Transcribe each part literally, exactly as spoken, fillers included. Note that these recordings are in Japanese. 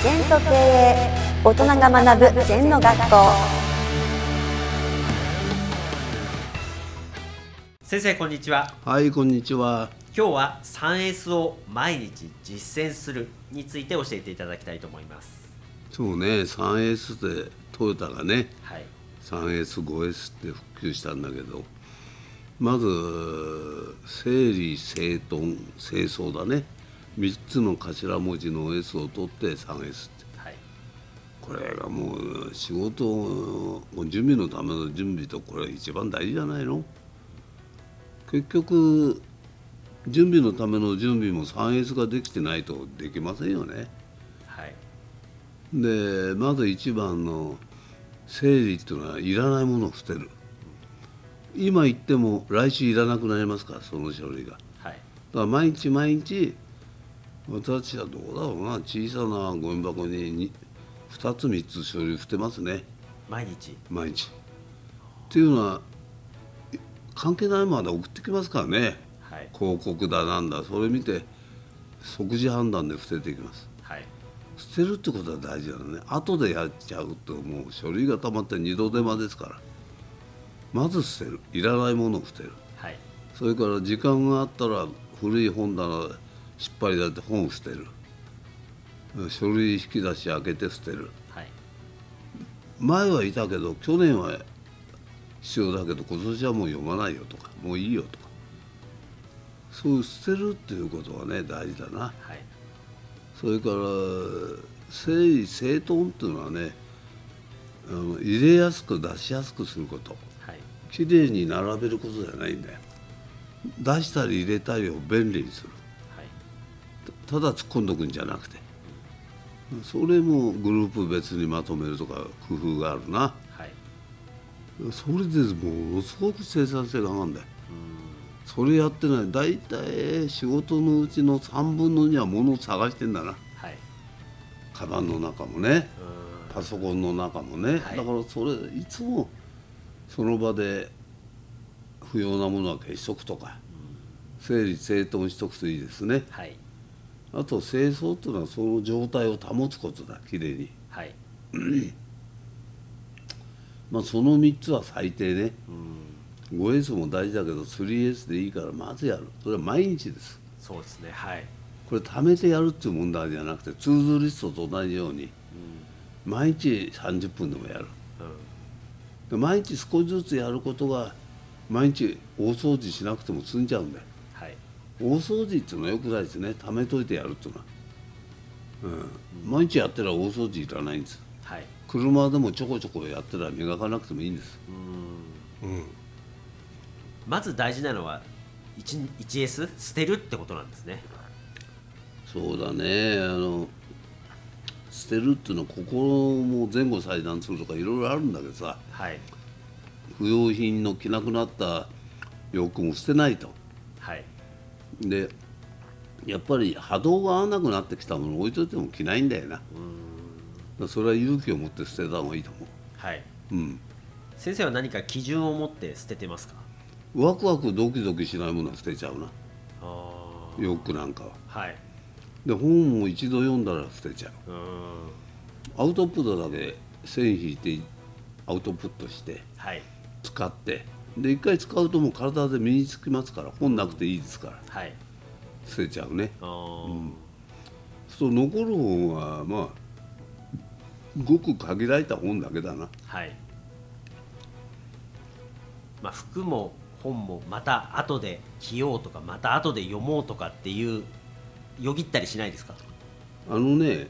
全と経営、大人が学ぶ全の学校。 先生こんにちは。 はい、こんにちは。 今日は スリーエス を毎日実践するについて教えていただきたいと思います。 そうね、スリーエス でトヨタがね、 はい、 スリーエス、ファイブエス って普及したんだけど、まず整理整頓清掃だね、みっつの頭文字の S を取って スリーエス って、 はい、 これがもう仕事準備のための準備と、これ一番大事じゃないの。結局準備のための準備も スリーエス ができてないとできませんよね。 はい、 でまず一番の整理っていうのは、いらないものを捨てる。今言っても来週いらなくなりますから、その書類が。 はい、 だから毎日毎日、私はどうだろうな、小さなゴミ箱ににふたつみっつ書類捨てますね、 毎日。 毎日。っていうのは関係ないまで送ってきますからね、 はい、 広告だなんだ、それ見て即時判断で捨てていきます。 はい、 捨てるってことは大事なのね。後でやっちゃうともう書類が溜まって二度手間ですから、まず捨てる。いらないものを捨てる。 はい、 それから時間があったら古い本棚引っ張り出して本を捨てる。書類引き出し開けて捨てる。 はい、 前はいたけど去年は必要だけど今年はもう読まないよとか、もういいよとか、そういう捨てるっていうことがね、大事だな。 はい、 それから整理整頓っていうのはね、あの入れやすく出しやすくすること。 はい、 きれいに並べることじゃないんだよ。出したり入れたりを便利にする。 はい、 ただ突っ込んどくんじゃなくて、それもグループ別にまとめるとか工夫があるな。 はい、 それでものすごく生産性が上がるんだよ。それやってない、だいたい仕事のうちのさんぶんのには物を探してんだな。 はい、 カバンの中もね、 うん、 パソコンの中もね、 はい、 だからそれいつもその場で不要なものは消しとくとか、うん、整理整頓しとくといいですね。 はい、 あと清掃っていうのはその状態を保つことだ、きれいに。 はい、 まあそのみっつは最低ね。 うん、 ファイブエス も大事だけど スリーエス でいいからまずやる。それは毎日です。 そうですね。はい、 これ貯めてやるっていう問題じゃなくて、ツードゥリストと同じように、うん、毎日さんじゅっぷんでもやる、うん、で毎日少しずつやることが、毎日大掃除しなくても済んじゃうんだよ。 はい、 大掃除っていうのはよくないですね。貯めといてやるっていうのは、うん、毎日やってら大掃除いらないんです。 はい、 車でもちょこちょこやってら磨かなくてもいいんです。 うん、 うん、 まず大事なのは ワンエス 捨てるってことなんですね。 そうだね。あの捨てるっていうのは心も前後裁断するとかいろいろあるんだけどさ、 はい、 不要品の着なくなった洋服も捨てないと。 はい、 でやっぱり波動が合わなくなってきたものを置いといても着ないんだよな。うん、それは勇気を持って捨てた方がいいと思う。 はい、 うん、 先生は何か基準を持って捨ててますか？ ワクワクドキドキしないものは捨てちゃうな。 あ、 洋服なんかは。 はい、 で本も一度読んだら捨てちゃう。 うん、 アウトプットだけ線引いてアウトプットしてはい、 使って、で一回使うともう体で身につきますから、本なくていいですから、 はい、 捨てちゃうね。 あ、 うん、そう残る本はまあごく限られた本だけだな。 はい、まあ、服も本もまた後で着ようとか、また後で読もうとかっていうよぎったりしないですか？ あのね、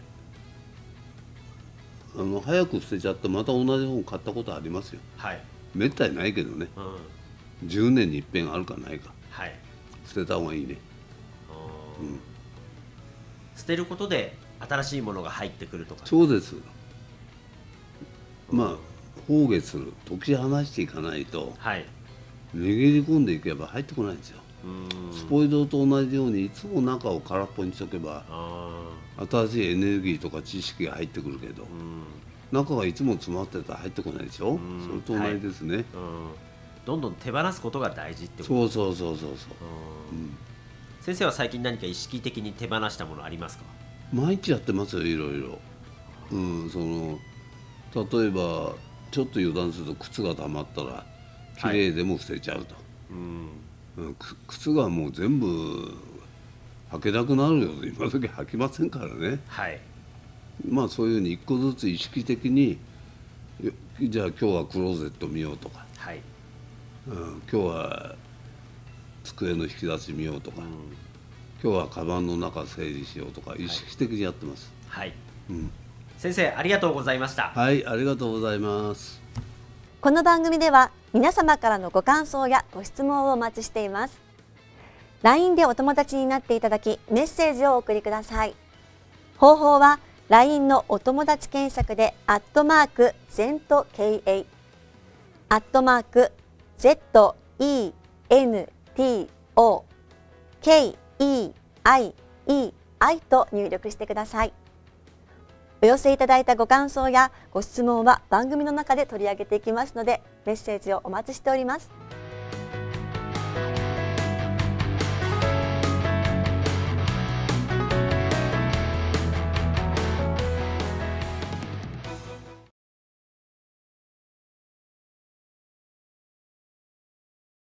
あの早く捨てちゃってまた同じ本買ったことありますよ。 はい、 めったにないけどね、うん、じゅうねんに一遍あるかないか。はい、捨てた方がいいね。 うん、捨てることで新しいものが入ってくるとか。 そうです。まあ放下する、解き放していかないと、はい、握り込んでいけば入ってこないんですよ。うん、スポイトと同じようにいつも中を空っぽにしとけば新しいエネルギーとか知識が入ってくるけど、うん、中がいつも詰まってたら入ってこないでしょ。うん、それと同じですね。はい、うん、 どんどん手放すことが大事ってことです。そうそうそうそうそう、 うん、先生は最近何か意識的に手放したものありますか？ 毎日やってますよ、いろいろ。 うん、その例えばちょっと油断すると靴が溜まったらきれいでも捨てちゃうと、はい、うん、靴がもう全部履けなくなるよと今時履きませんからね、はい、まあそういうふうに一個ずつ意識的にじゃあ今日はクローゼット見ようとか、はい、うん、今日は机の引き出し見ようとか、うん、今日はカバンの中整理しようとか意識的にやってます。 はい、うん、先生ありがとうございました。 はい、ありがとうございます。 この番組では皆様からのご感想やご質問をお待ちしています。ライン でお友達になっていただきメッセージをお送りください。方法は ライン のお友達検索でアットマーク ゼント ケーエー アットマーク ゼット イー エヌ ティー オー ケー イー アイ イー アイ と入力してください。お寄せいただいたご感想やご質問は番組の中で取り上げていきますのでメッセージをお待ちしております。